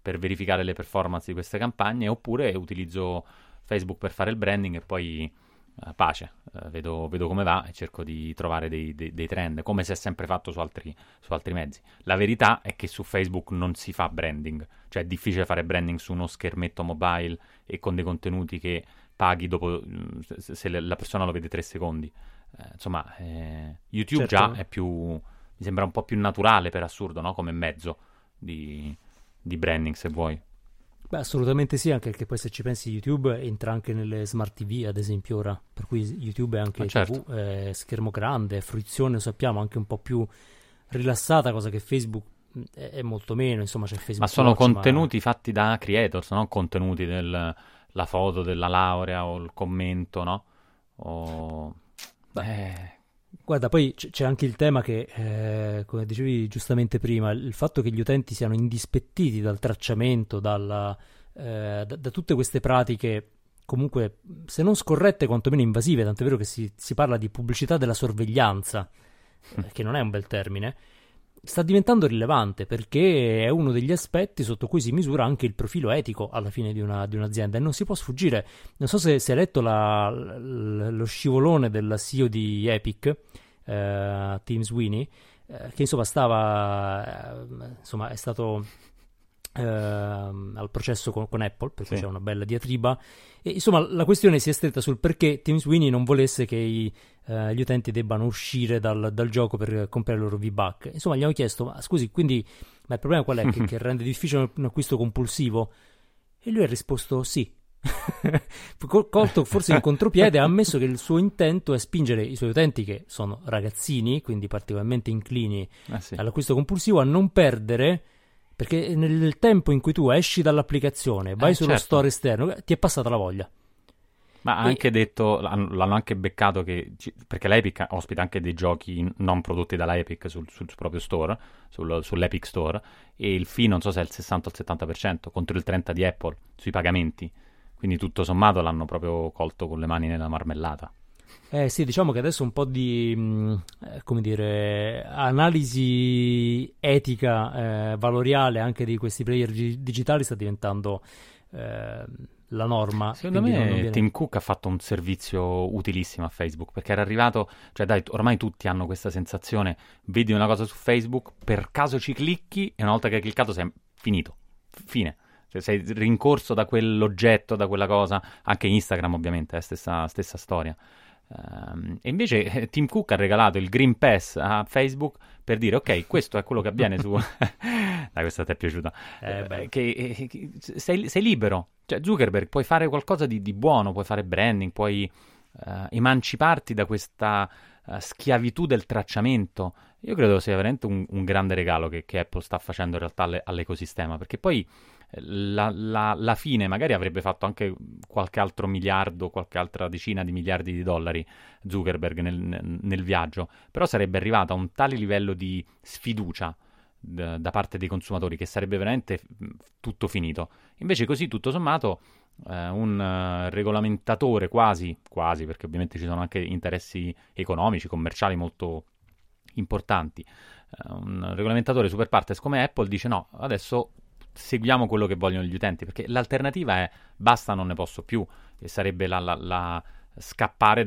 [SPEAKER 4] verificare le performance di queste campagne, oppure utilizzo Facebook per fare il branding e poi pace, vedo come va e cerco di trovare dei trend, come si è sempre fatto su altri mezzi. La verità è che su Facebook non si fa branding, cioè è difficile fare branding su uno schermetto mobile e con dei contenuti che paghi dopo, se la persona lo vede 3 secondi. Insomma, YouTube
[SPEAKER 1] Certo.
[SPEAKER 4] già è più, mi sembra un po' più naturale per assurdo, no? Come mezzo di branding, se vuoi.
[SPEAKER 1] Beh, assolutamente sì, anche perché poi se ci pensi YouTube entra anche nelle smart TV, ad esempio ora, per cui YouTube è anche
[SPEAKER 4] Ma certo.
[SPEAKER 1] TV, è schermo grande, è fruizione, lo sappiamo, anche un po' più rilassata, cosa che Facebook è molto meno, insomma c'è
[SPEAKER 4] Ma
[SPEAKER 1] Facebook
[SPEAKER 4] sono
[SPEAKER 1] Watch,
[SPEAKER 4] contenuti fatti da creators, no? Contenuti la foto della laurea o il commento, no? O...
[SPEAKER 1] Beh, guarda, poi c'è anche il tema che, come dicevi giustamente prima, il fatto che gli utenti siano indispettiti dal tracciamento, da tutte queste pratiche, comunque, se non scorrette, quantomeno invasive, tant'è vero che si parla di pubblicità della sorveglianza, che non è un bel termine, sta diventando rilevante perché è uno degli aspetti sotto cui si misura anche il profilo etico alla fine di un'azienda e non si può sfuggire. Non so se hai letto lo scivolone del CEO di Epic, Tim Sweeney, che insomma è stato al processo con Apple, per cui
[SPEAKER 4] Sì.
[SPEAKER 1] c'è una bella diatriba. E insomma la questione si è stretta sul perché Tim Sweeney non volesse che gli utenti debbano uscire dal gioco per comprare i loro V-Buck. Insomma, gli hanno chiesto: ma scusi, quindi ma il problema qual è? Che rende difficile un acquisto compulsivo? E lui ha risposto sì. Colto forse in contropiede, ha ammesso che il suo intento è spingere i suoi utenti, che sono ragazzini, quindi particolarmente inclini
[SPEAKER 4] Sì.
[SPEAKER 1] all'acquisto compulsivo, a non perdere, perché nel tempo in cui tu esci dall'applicazione, vai sullo
[SPEAKER 4] Certo.
[SPEAKER 1] store esterno, ti è passata la voglia.
[SPEAKER 4] Ma ha anche detto, l'hanno anche beccato perché l'Epic ospita anche dei giochi non prodotti dalla Epic sul proprio store, sull'Epic Store, e il fee non so se è il 60 o il 70% contro il 30% di Apple sui pagamenti. Quindi tutto sommato l'hanno proprio colto con le mani nella marmellata.
[SPEAKER 1] Sì, diciamo che adesso un po' di, come dire, analisi etica, valoriale anche di questi player digitali sta diventando la norma.
[SPEAKER 4] Secondo
[SPEAKER 1] quindi
[SPEAKER 4] me
[SPEAKER 1] non viene...
[SPEAKER 4] Tim Cook ha fatto un servizio utilissimo a Facebook, perché era arrivato, cioè dai, ormai tutti hanno questa sensazione, vedi una cosa su Facebook, per caso ci clicchi e una volta che hai cliccato sei finito, fine. Cioè, sei rincorso da quell'oggetto, da quella cosa, anche Instagram ovviamente, è stessa storia. E invece Tim Cook ha regalato il Green Pass a Facebook per dire ok, questo è quello che avviene su... Dai, questa ti è piaciuta. Che sei libero. Cioè Zuckerberg, puoi fare qualcosa di buono, puoi fare branding, puoi emanciparti da questa schiavitù del tracciamento. Io credo sia veramente un grande regalo che Apple sta facendo in realtà all'ecosistema, perché poi la fine magari avrebbe fatto anche qualche altro miliardo, qualche altra decina di miliardi di dollari Zuckerberg nel viaggio, però sarebbe arrivato a un tale livello di sfiducia da parte dei consumatori che sarebbe veramente tutto finito. Invece così tutto sommato un regolamentatore quasi, perché ovviamente ci sono anche interessi economici, commerciali molto importanti, un regolamentatore super partes come Apple dice no, adesso seguiamo quello che vogliono gli utenti, perché l'alternativa è basta, non ne posso più, e sarebbe la scappare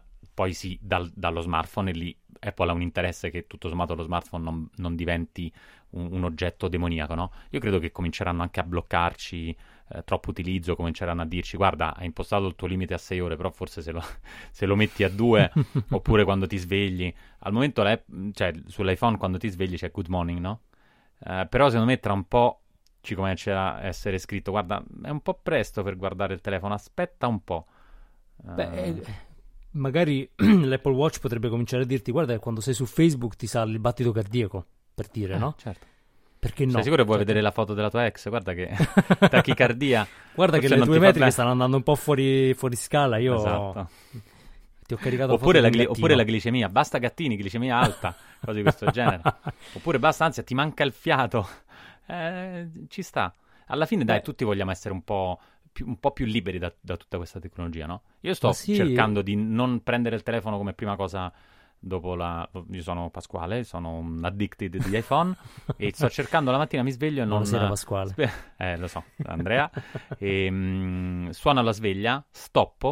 [SPEAKER 4] dallo smartphone, e lì Apple ha un interesse che tutto sommato lo smartphone non diventi un oggetto demoniaco, no? Io credo che cominceranno anche a bloccarci troppo utilizzo, cominceranno a dirci guarda, hai impostato il tuo limite a 6 ore, però forse se lo metti a 2 oppure quando ti svegli, al momento cioè, sull'iPhone quando ti svegli c'è good morning, no? Però secondo me tra un po' ci comincia a essere scritto guarda, è un po' presto per guardare il telefono, aspetta un po'.
[SPEAKER 1] Magari l'Apple Watch potrebbe cominciare a dirti guarda, quando sei su Facebook ti sale il battito cardiaco, per dire, no?
[SPEAKER 4] Certo.
[SPEAKER 1] Perché no?
[SPEAKER 4] Sei sicuro che vuoi vedere la foto della tua ex? Guarda che tachicardia.
[SPEAKER 1] Guarda che
[SPEAKER 4] Forse
[SPEAKER 1] le
[SPEAKER 4] non
[SPEAKER 1] tue
[SPEAKER 4] ti fa
[SPEAKER 1] metriche
[SPEAKER 4] bene.
[SPEAKER 1] stanno andando un po' fuori scala. Io
[SPEAKER 4] Esatto.
[SPEAKER 1] ti ho caricato
[SPEAKER 4] Oppure
[SPEAKER 1] foto di un
[SPEAKER 4] oppure la
[SPEAKER 1] gattino.
[SPEAKER 4] glicemia. Basta gattini, glicemia alta, cose di questo genere. Oppure basta, anzi, ti manca il fiato. Ci sta. Alla fine, dai, tutti vogliamo essere un po' più liberi da tutta questa tecnologia, no? Io sto cercando di non prendere il telefono come prima cosa dopo io sono Pasquale, sono un addicted di iPhone e sto cercando la mattina, mi sveglio e non...
[SPEAKER 1] Buonasera Pasquale.
[SPEAKER 4] Lo so, Andrea. E, suona la sveglia, stoppo,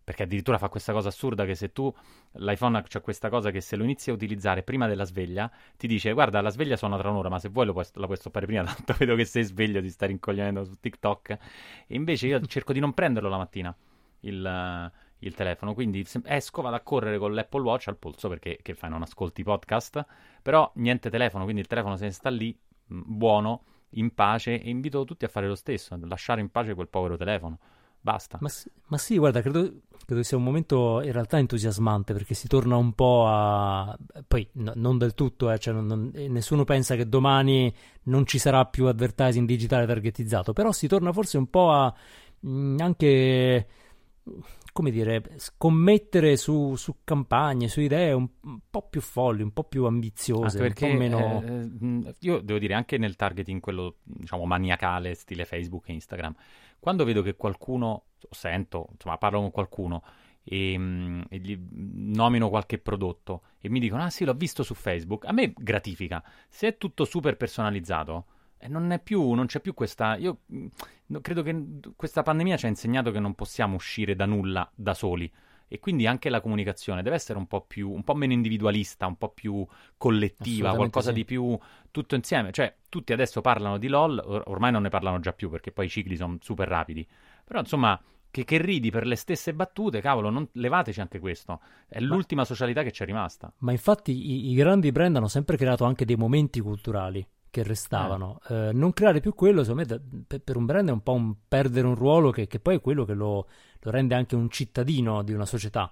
[SPEAKER 4] perché addirittura fa questa cosa assurda che se tu, l'iPhone c'è questa cosa che se lo inizi a utilizzare prima della sveglia, ti dice guarda la sveglia suona tra un'ora, ma se vuoi la puoi stoppare prima, tanto vedo che sei sveglio, ti stai rincoglionendo su TikTok. E invece io cerco di non prenderlo la mattina, il telefono, quindi esco, vado a correre con l'Apple Watch al polso, perché che fai, non ascolti podcast, però niente telefono, quindi il telefono se ne sta lì, buono, in pace, e invito tutti a fare lo stesso, a lasciare in pace quel povero telefono. Basta.
[SPEAKER 1] Ma sì, guarda, credo sia un momento in realtà entusiasmante, perché si torna un po' a... Poi non del tutto, cioè nessuno pensa che domani non ci sarà più advertising digitale targetizzato, però si torna forse un po' a anche, come dire, scommettere su campagne, su idee un po' più folli, un po' più ambiziose,
[SPEAKER 4] anche perché,
[SPEAKER 1] un po' meno...
[SPEAKER 4] io devo dire, anche nel targeting, quello diciamo maniacale, stile Facebook e Instagram, quando vedo che qualcuno, sento, insomma parlo con qualcuno e gli nomino qualche prodotto e mi dicono ah sì l'ho visto su Facebook, a me gratifica. Se è tutto super personalizzato, non c'è più questa... Io credo che questa pandemia ci ha insegnato che non possiamo uscire da nulla da soli, e quindi anche la comunicazione deve essere un po' meno individualista, un po' più collettiva, qualcosa
[SPEAKER 1] sì.
[SPEAKER 4] di più tutto insieme. Cioè, tutti adesso parlano di LOL, ormai non ne parlano già più perché poi i cicli sono super rapidi. Però, insomma, che ridi per le stesse battute, cavolo, levateci anche questo. È l'ultima socialità che c'è rimasta.
[SPEAKER 1] Ma infatti i grandi brand hanno sempre creato anche dei momenti culturali che restavano. Non creare più quello, secondo me, per un brand è un po' perdere un ruolo che poi è quello che lo rende anche un cittadino di una società.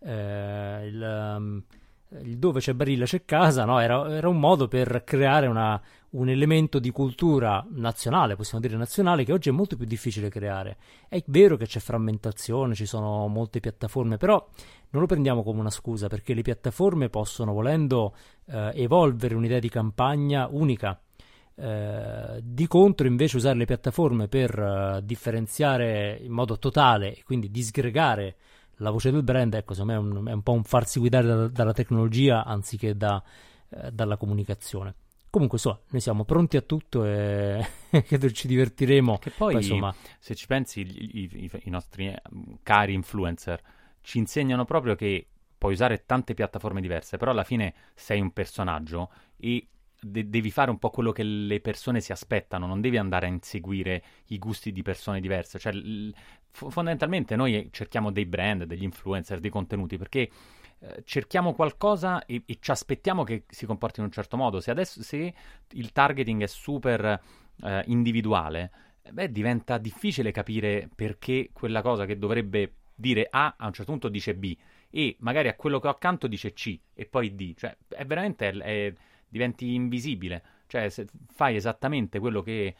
[SPEAKER 1] Il dove c'è Barilla c'è casa, no? Era un modo per creare un elemento di cultura nazionale, possiamo dire nazionale, che oggi è molto più difficile creare. È vero che c'è frammentazione, ci sono molte piattaforme, però non lo prendiamo come una scusa, perché le piattaforme possono, volendo, evolvere un'idea di campagna unica. Di contro, invece, usare le piattaforme per differenziare in modo totale e quindi disgregare la voce del brand, ecco, secondo me è un po' un farsi guidare dalla tecnologia anziché dalla comunicazione. Comunque, noi siamo pronti a tutto e credo ci divertiremo.
[SPEAKER 4] Che poi insomma, se ci pensi, i nostri cari influencer ci insegnano proprio che puoi usare tante piattaforme diverse, però alla fine sei un personaggio e devi fare un po' quello che le persone si aspettano, non devi andare a inseguire i gusti di persone diverse. Cioè, fondamentalmente noi cerchiamo dei brand, degli influencer, dei contenuti, perché cerchiamo qualcosa e ci aspettiamo che si comporti in un certo modo. Se il targeting è super individuale, diventa difficile capire perché quella cosa che dovrebbe dire A a un certo punto dice B, e magari a quello che ho accanto dice C e poi D. Cioè, è veramente... diventi invisibile, cioè se fai esattamente quello che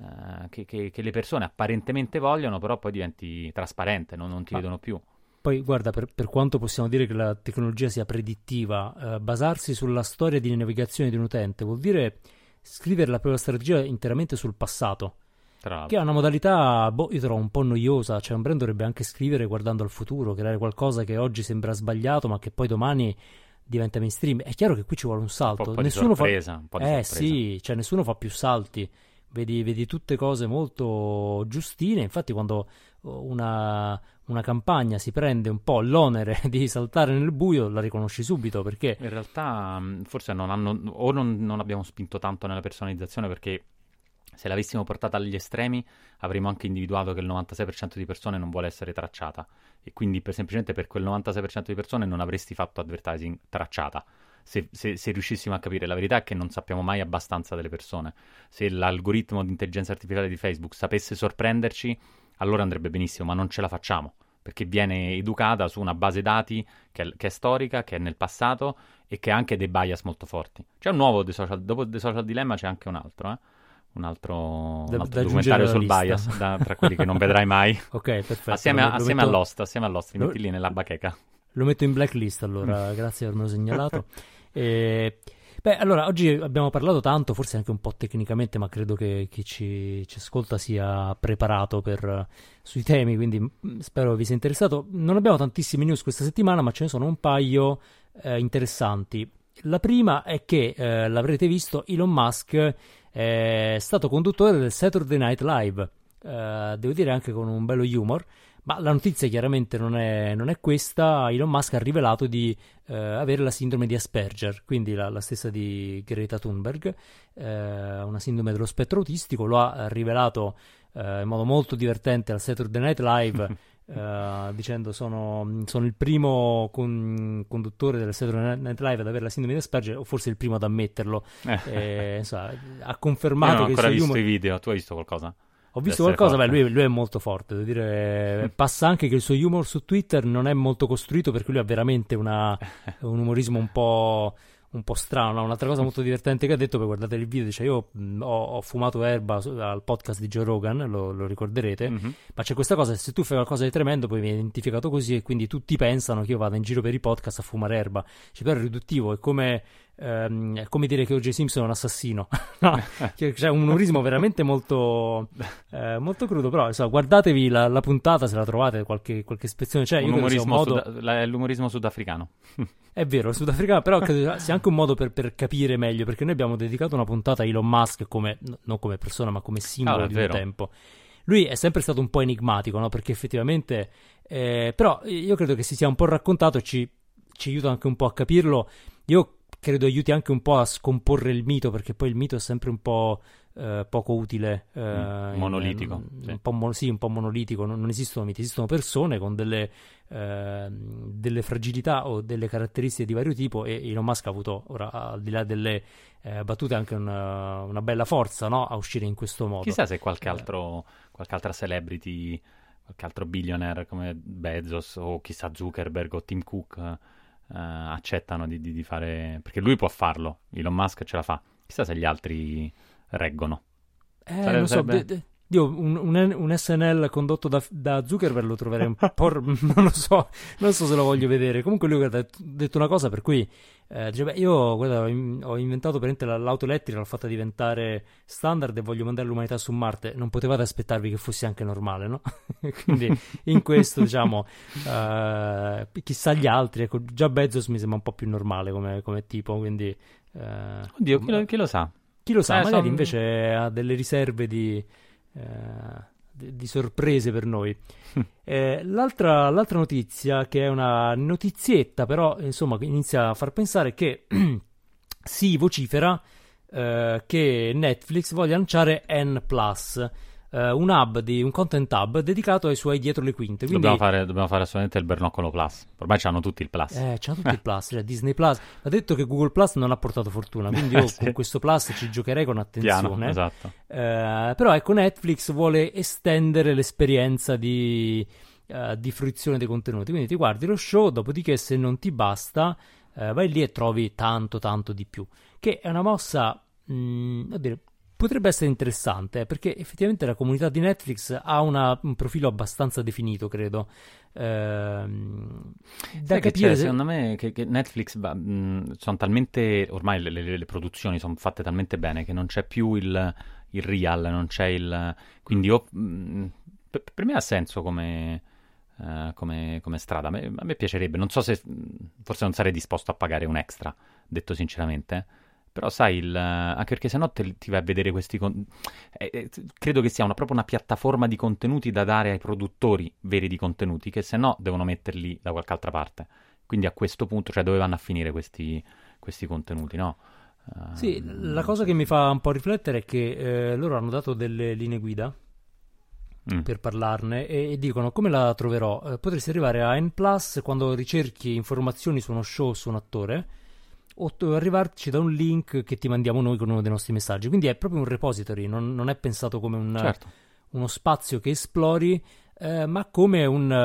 [SPEAKER 4] le persone apparentemente vogliono, però poi diventi trasparente, non ti vedono più.
[SPEAKER 1] Poi guarda, per quanto possiamo dire che la tecnologia sia predittiva, basarsi sulla storia di navigazione di un utente vuol dire scrivere la propria strategia interamente sul passato, che è una modalità, io trovo un po' noiosa. Cioè un brand dovrebbe anche scrivere guardando al futuro, creare qualcosa che oggi sembra sbagliato ma che poi domani diventa mainstream. È chiaro che qui ci vuole un salto.
[SPEAKER 4] Un po' nessuno di sorpresa, un po' di sorpresa.
[SPEAKER 1] Sì, cioè nessuno fa più salti. Vedi tutte cose molto giustine. Infatti quando una campagna si prende un po' l'onere di saltare nel buio, la riconosci subito, perché
[SPEAKER 4] in realtà forse non abbiamo spinto tanto nella personalizzazione, perché se l'avessimo portata agli estremi avremmo anche individuato che il 96% di persone non vuole essere tracciata, e quindi semplicemente per quel 96% di persone non avresti fatto advertising tracciata. Se riuscissimo a capire, la verità è che non sappiamo mai abbastanza delle persone. Se l'algoritmo di intelligenza artificiale di Facebook sapesse sorprenderci, allora andrebbe benissimo, ma non ce la facciamo, perché viene educata su una base dati che è storica, che è nel passato e che ha anche dei bias molto forti. C'è un nuovo dopo The Social Dilemma c'è anche un altro documentario sul bias, tra quelli che non vedrai mai.
[SPEAKER 1] Ok, perfetto.
[SPEAKER 4] Assieme a Lost, li metti lì nella bacheca.
[SPEAKER 1] Lo metto in blacklist, allora, grazie per avermelo segnalato. Allora, oggi abbiamo parlato tanto, forse anche un po' tecnicamente, ma credo che chi ci ascolta sia preparato sui temi, quindi spero vi sia interessato. Non abbiamo tantissime news questa settimana, ma ce ne sono un paio interessanti. La prima è che, l'avrete visto, Elon Musk è stato conduttore del Saturday Night Live, devo dire anche con un bello humor, Ma la notizia chiaramente non è questa. Elon Musk ha rivelato di avere la sindrome di Asperger, quindi la stessa di Greta Thunberg, una sindrome dello spettro autistico. Lo ha rivelato in modo molto divertente al Saturday Night Live, dicendo sono il primo conduttore del Saturday Night Live ad avere la sindrome di Asperger, o forse il primo ad ammetterlo. Ha confermato.
[SPEAKER 4] Io non ho
[SPEAKER 1] che
[SPEAKER 4] ancora
[SPEAKER 1] il suo
[SPEAKER 4] visto
[SPEAKER 1] humor...
[SPEAKER 4] i video. Tu hai visto qualcosa?
[SPEAKER 1] Ho visto qualcosa, lui è molto forte, devo dire. Passa anche che il suo humor su Twitter non è molto costruito, perché lui ha veramente un umorismo un po' strano, no? Un'altra cosa molto divertente che ha detto, poi guardate il video, dice: io ho fumato erba al podcast di Joe Rogan, lo ricorderete, ma c'è questa cosa, se tu fai qualcosa di tremendo poi vieni identificato così, e quindi tutti pensano che io vada in giro per i podcast a fumare erba. Però è riduttivo, è come dire che O.J. Simpson è un assassino. No, c'è un umorismo veramente molto molto crudo. Però guardatevi la puntata, se la trovate, qualche ispezione c'è.
[SPEAKER 4] Un umorismo è l'umorismo sudafricano.
[SPEAKER 1] È vero, sudafricano, però credo sia anche un modo per capire meglio, perché noi abbiamo dedicato una puntata a Elon Musk non come persona, ma come simbolo di un tempo. Lui è sempre stato un po' enigmatico, no? Perché effettivamente però io credo che si sia un po' raccontato, e ci aiuta anche un po' a capirlo. Io credo aiuti anche un po' a scomporre il mito, perché poi il mito è sempre un po' poco utile,
[SPEAKER 4] monolitico,
[SPEAKER 1] un po' monolitico. Non esistono miti, esistono persone con delle fragilità o delle caratteristiche di vario tipo, e Elon Musk ha avuto, ora, al di là delle battute, anche una bella forza, no? A uscire in questo modo.
[SPEAKER 4] Chissà se qualche altra celebrity, qualche altro billionaire come Bezos o chissà Zuckerberg o Tim Cook accettano di fare, perché lui può farlo, Elon Musk ce la fa, chissà se gli altri reggono.
[SPEAKER 1] Non so, io un SNL condotto da Zuckerberg lo troverei un po' non so se lo voglio vedere. Comunque lui ha detto una cosa per cui dice: io guarda, ho inventato l'auto elettrica, l'ho fatta diventare standard e voglio mandare l'umanità su Marte. Non potevate aspettarvi che fosse anche normale, no? Quindi in questo, diciamo, chissà gli altri, ecco, già Bezos mi sembra un po' più normale come tipo, quindi
[SPEAKER 4] oddio, chi lo sa?
[SPEAKER 1] Chi lo sa, magari invece ha delle riserve di sorprese per noi. L'altra notizia, che è una notizietta, però insomma inizia a far pensare, che si vocifera che Netflix voglia lanciare N+, un content hub dedicato ai suoi dietro le quinte. Quindi
[SPEAKER 4] dobbiamo fare assolutamente il bernoccolo Plus. Ormai c'hanno tutti il Plus.
[SPEAKER 1] C'hanno tutti il Plus, cioè Disney Plus. Ha detto che Google Plus non ha portato fortuna, quindi io con questo Plus ci giocherei con attenzione.
[SPEAKER 4] Piano, esatto.
[SPEAKER 1] Però ecco, Netflix vuole estendere l'esperienza di fruizione dei contenuti. Quindi ti guardi lo show, dopodiché se non ti basta vai lì e trovi tanto di più. Che è una mossa, potrebbe essere interessante, perché effettivamente la comunità di Netflix ha un profilo abbastanza definito, credo. Da capire,
[SPEAKER 4] secondo me che Netflix sono talmente, ormai le produzioni sono fatte talmente bene che non c'è più il real, non c'è quindi per me ha senso come strada. A me piacerebbe, non so se forse non sarei disposto a pagare un extra, detto sinceramente. Però sai, anche perché sennò ti vai a vedere questi credo che sia proprio una piattaforma di contenuti da dare ai produttori veri di contenuti, che sennò devono metterli da qualche altra parte. Quindi a questo punto, cioè, dove vanno a finire questi contenuti, no?
[SPEAKER 1] Sì, la cosa che mi fa un po' riflettere è che loro hanno dato delle linee guida per parlarne, e dicono: come la troverò? Potresti arrivare a N+, quando ricerchi informazioni su uno show, su un attore, o arrivarci da un link che ti mandiamo noi con uno dei nostri messaggi. Quindi è proprio un repository, non è pensato come uno spazio che esplori, ma come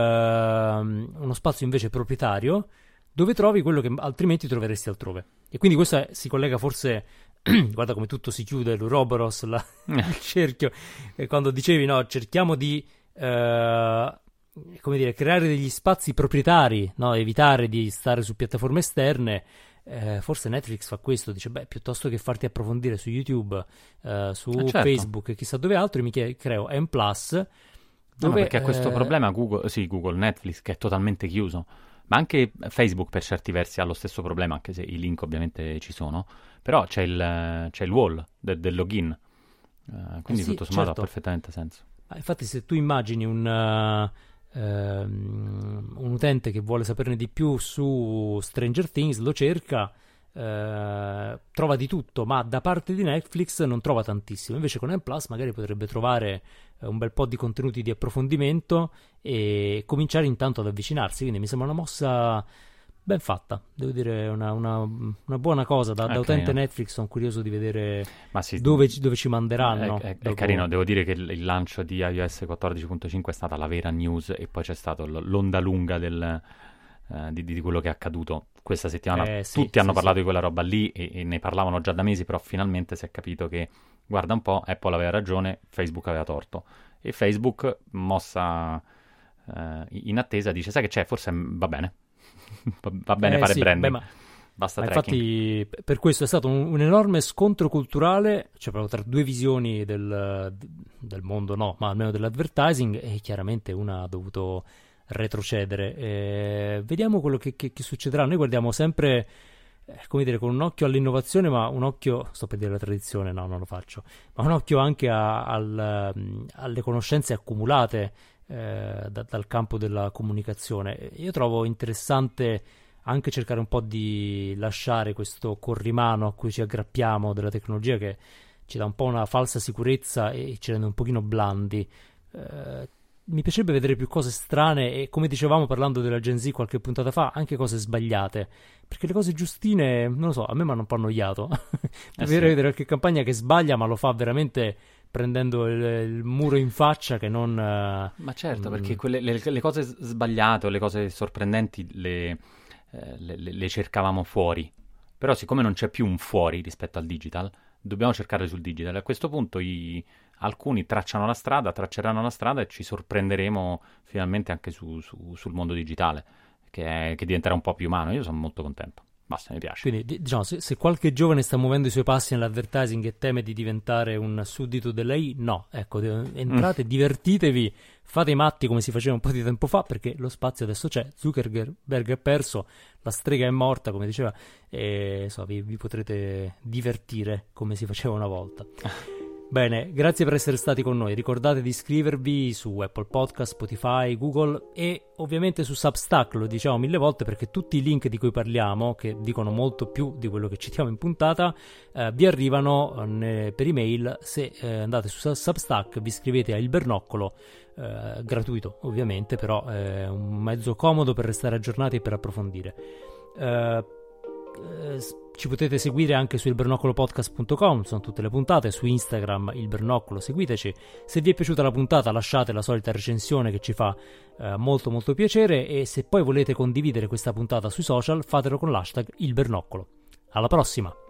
[SPEAKER 1] uno spazio invece proprietario, dove trovi quello che altrimenti troveresti altrove. E quindi questo si collega forse guarda come tutto si chiude, l'Ouroboros, il cerchio, quando dicevi, no, cerchiamo di come dire, creare degli spazi proprietari, no, evitare di stare su piattaforme esterne. Forse Netflix fa questo, dice: beh, piuttosto che farti approfondire su YouTube, su
[SPEAKER 4] certo.
[SPEAKER 1] Facebook e chissà dove altro, mi creo M+, dove,
[SPEAKER 4] perché questo problema Google, Netflix, che è totalmente chiuso, ma anche Facebook per certi versi ha lo stesso problema, anche se i link ovviamente ci sono, però c'è il wall del login, quindi tutto sommato ha perfettamente senso.
[SPEAKER 1] Infatti se tu immagini un un utente che vuole saperne di più su Stranger Things lo cerca, trova di tutto, ma da parte di Netflix non trova tantissimo. Invece con M+ magari potrebbe trovare un bel po' di contenuti di approfondimento e cominciare intanto ad avvicinarsi. Quindi mi sembra una mossa ben fatta, devo dire, una buona cosa. Da utente Netflix sono curioso di vedere dove ci manderanno.
[SPEAKER 4] È carino, devo dire che il lancio di iOS 14.5 è stata la vera news, e poi c'è stata l'onda lunga di quello che è accaduto questa settimana. Tutti hanno parlato di quella roba lì e ne parlavano già da mesi, però finalmente si è capito che, guarda un po', Apple aveva ragione, Facebook aveva torto. E Facebook, mossa in attesa, dice: sai che c'è, forse va bene. Va bene fare branding, basta tracking. Infatti per questo è stato un enorme scontro culturale, cioè proprio tra due visioni del mondo, no, ma almeno dell'advertising, e chiaramente una ha dovuto retrocedere. Vediamo quello che succederà. Noi guardiamo sempre, come dire, con un occhio all'innovazione, ma un occhio, sto per dire la tradizione, no, non lo faccio, ma un occhio anche alle conoscenze accumulate dal campo della comunicazione. Io trovo interessante anche cercare un po' di lasciare questo corrimano a cui ci aggrappiamo della tecnologia, che ci dà un po' una falsa sicurezza e ci rende un pochino blandi. Mi piacerebbe vedere più cose strane e, come dicevamo parlando della Gen Z qualche puntata fa, anche cose sbagliate, perché le cose giustine, non lo so, a me mi hanno un po' annoiato. Vedere qualche campagna che sbaglia, ma lo fa veramente prendendo il muro in faccia, che non... Ma certo, perché le cose sbagliate o le cose sorprendenti le cercavamo fuori. Però siccome non c'è più un fuori rispetto al digital, dobbiamo cercarle sul digital. A questo punto alcuni tracceranno la strada e ci sorprenderemo finalmente anche sul mondo digitale, che diventerà un po' più umano. Io sono molto contento. Basta, mi piace.
[SPEAKER 1] Quindi, diciamo, se qualche giovane sta muovendo i suoi passi nell'advertising e teme di diventare un suddito dell'AI, no, ecco, entrate, divertitevi, fate i matti come si faceva un po' di tempo fa, perché lo spazio adesso c'è. Zuckerberg è perso, la strega è morta, come diceva, e vi potrete divertire come si faceva una volta. Bene, grazie per essere stati con noi. Ricordate di iscrivervi su Apple Podcast, Spotify, Google e ovviamente su Substack. Lo diciamo 1000 volte perché tutti i link di cui parliamo, che dicono molto più di quello che citiamo in puntata, vi arrivano per email. Se andate su Substack, vi iscrivete a Il Bernoccolo, gratuito ovviamente, però è un mezzo comodo per restare aggiornati e per approfondire. Ci potete seguire anche su ilbernoccolopodcast.com, sono tutte le puntate, su Instagram Il Bernoccolo, seguiteci. Se vi è piaciuta la puntata lasciate la solita recensione che ci fa molto molto piacere, e se poi volete condividere questa puntata sui social fatelo con l'hashtag Il Bernoccolo. Alla prossima!